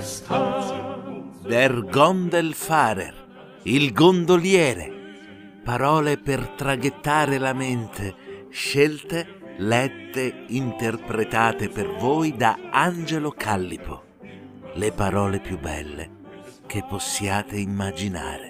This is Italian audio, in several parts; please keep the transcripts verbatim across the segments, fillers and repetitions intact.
Der Gondelfahrer, il gondoliere. Parole per traghettare la mente, scelte, lette, interpretate per voi da Angelo Callipo. Le parole più belle che possiate immaginare.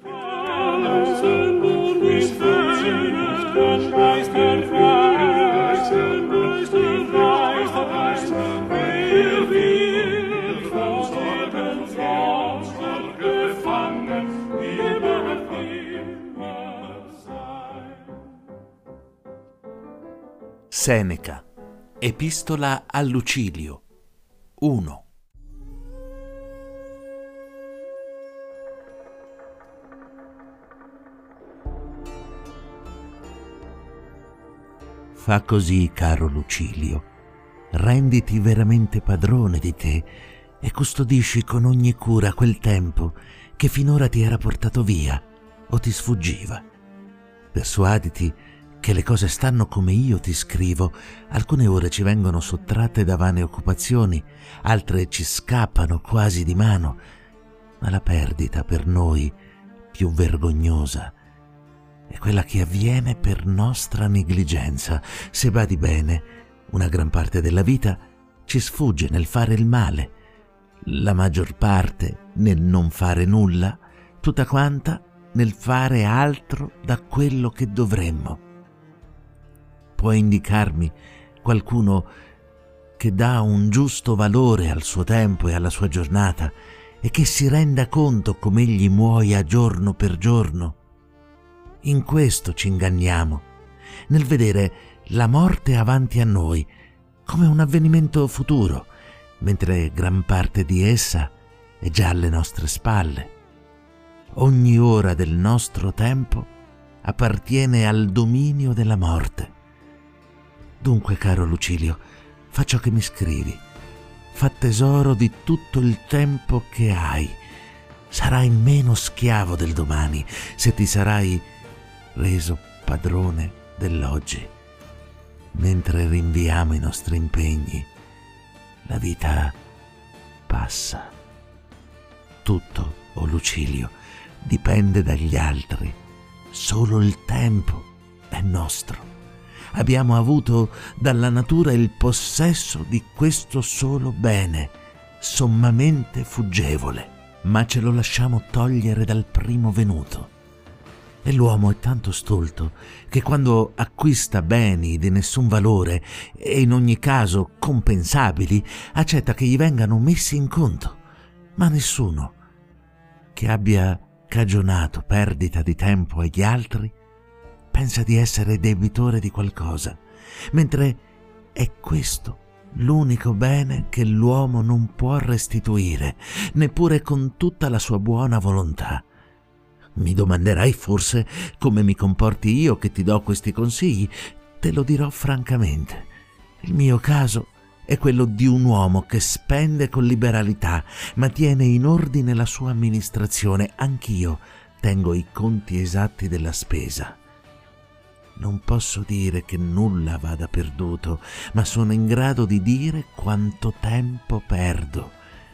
Seneca, Epistola a Lucilio, uno. Fa così, caro Lucilio, renditi veramente padrone di te e custodisci con ogni cura quel tempo che finora ti era portato via o ti sfuggiva. Persuaditi che le cose stanno come io ti scrivo. Alcune ore ci vengono sottratte da vane occupazioni, altre ci scappano quasi di mano, ma la perdita per noi più vergognosa è quella che avviene per nostra negligenza. Se badi bene, una gran parte della vita ci sfugge nel fare il male, la maggior parte nel non fare nulla, tutta quanta nel fare altro da quello che dovremmo. Puoi indicarmi qualcuno che dà un giusto valore al suo tempo e alla sua giornata e che si renda conto come egli muoia giorno per giorno? In questo ci inganniamo, nel vedere la morte avanti a noi come un avvenimento futuro, mentre gran parte di essa è già alle nostre spalle. Ogni ora del nostro tempo appartiene al dominio della morte. Dunque, caro Lucilio, fa ciò che mi scrivi. Fa tesoro di tutto il tempo che hai. Sarai meno schiavo del domani se ti sarai reso padrone dell'oggi. Mentre rinviamo i nostri impegni, la vita passa. Tutto, o oh Lucilio, dipende dagli altri. Solo il tempo è nostro. Abbiamo avuto dalla natura il possesso di questo solo bene, sommamente fuggevole, ma ce lo lasciamo togliere dal primo venuto. E l'uomo è tanto stolto che quando acquista beni di nessun valore e in ogni caso compensabili, accetta che gli vengano messi in conto. Ma nessuno che abbia cagionato perdita di tempo agli altri pensa di essere debitore di qualcosa, mentre è questo l'unico bene che l'uomo non può restituire, neppure con tutta la sua buona volontà. Mi domanderai forse come mi comporti io che ti do questi consigli. Te lo dirò francamente. Il mio caso è quello di un uomo che spende con liberalità, ma tiene in ordine la sua amministrazione. Anch'io tengo i conti esatti della spesa. Non posso dire che nulla vada perduto, ma sono in grado di dire quanto tempo perdo,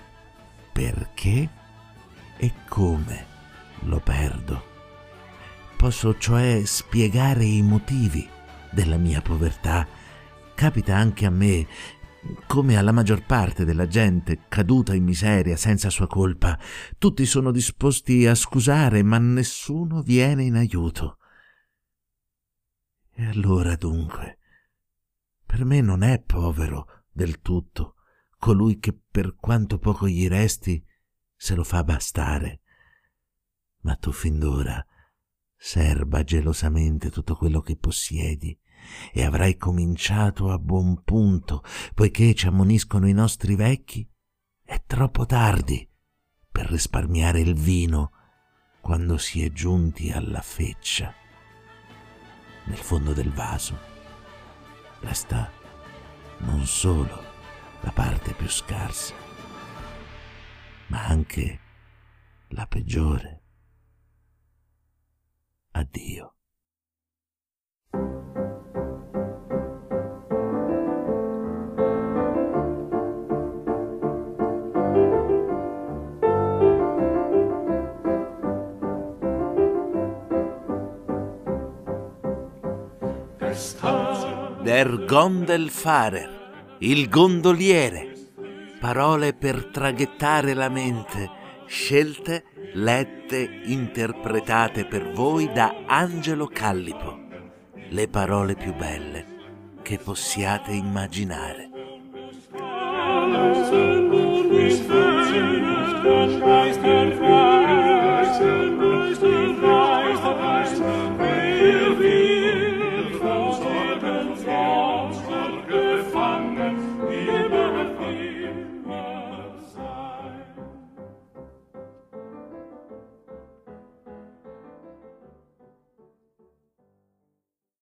perché e come lo perdo. Posso cioè spiegare i motivi della mia povertà. Capita anche a me, come alla maggior parte della gente caduta in miseria senza sua colpa. Tutti sono disposti a scusare, ma nessuno viene in aiuto. E allora dunque, per me non è povero del tutto colui che per quanto poco gli resti se lo fa bastare. Ma tu fin d'ora serba gelosamente tutto quello che possiedi e avrai cominciato a buon punto, poiché ci ammoniscono i nostri vecchi, è troppo tardi per risparmiare il vino quando si è giunti alla feccia. Nel fondo del vaso resta non solo la parte più scarsa, ma anche la peggiore. Addio. Der Gondelfahrer, il gondoliere. Parole per traghettare la mente, scelte, lette, interpretate per voi da Angelo Callipo. Le parole più belle che possiate immaginare.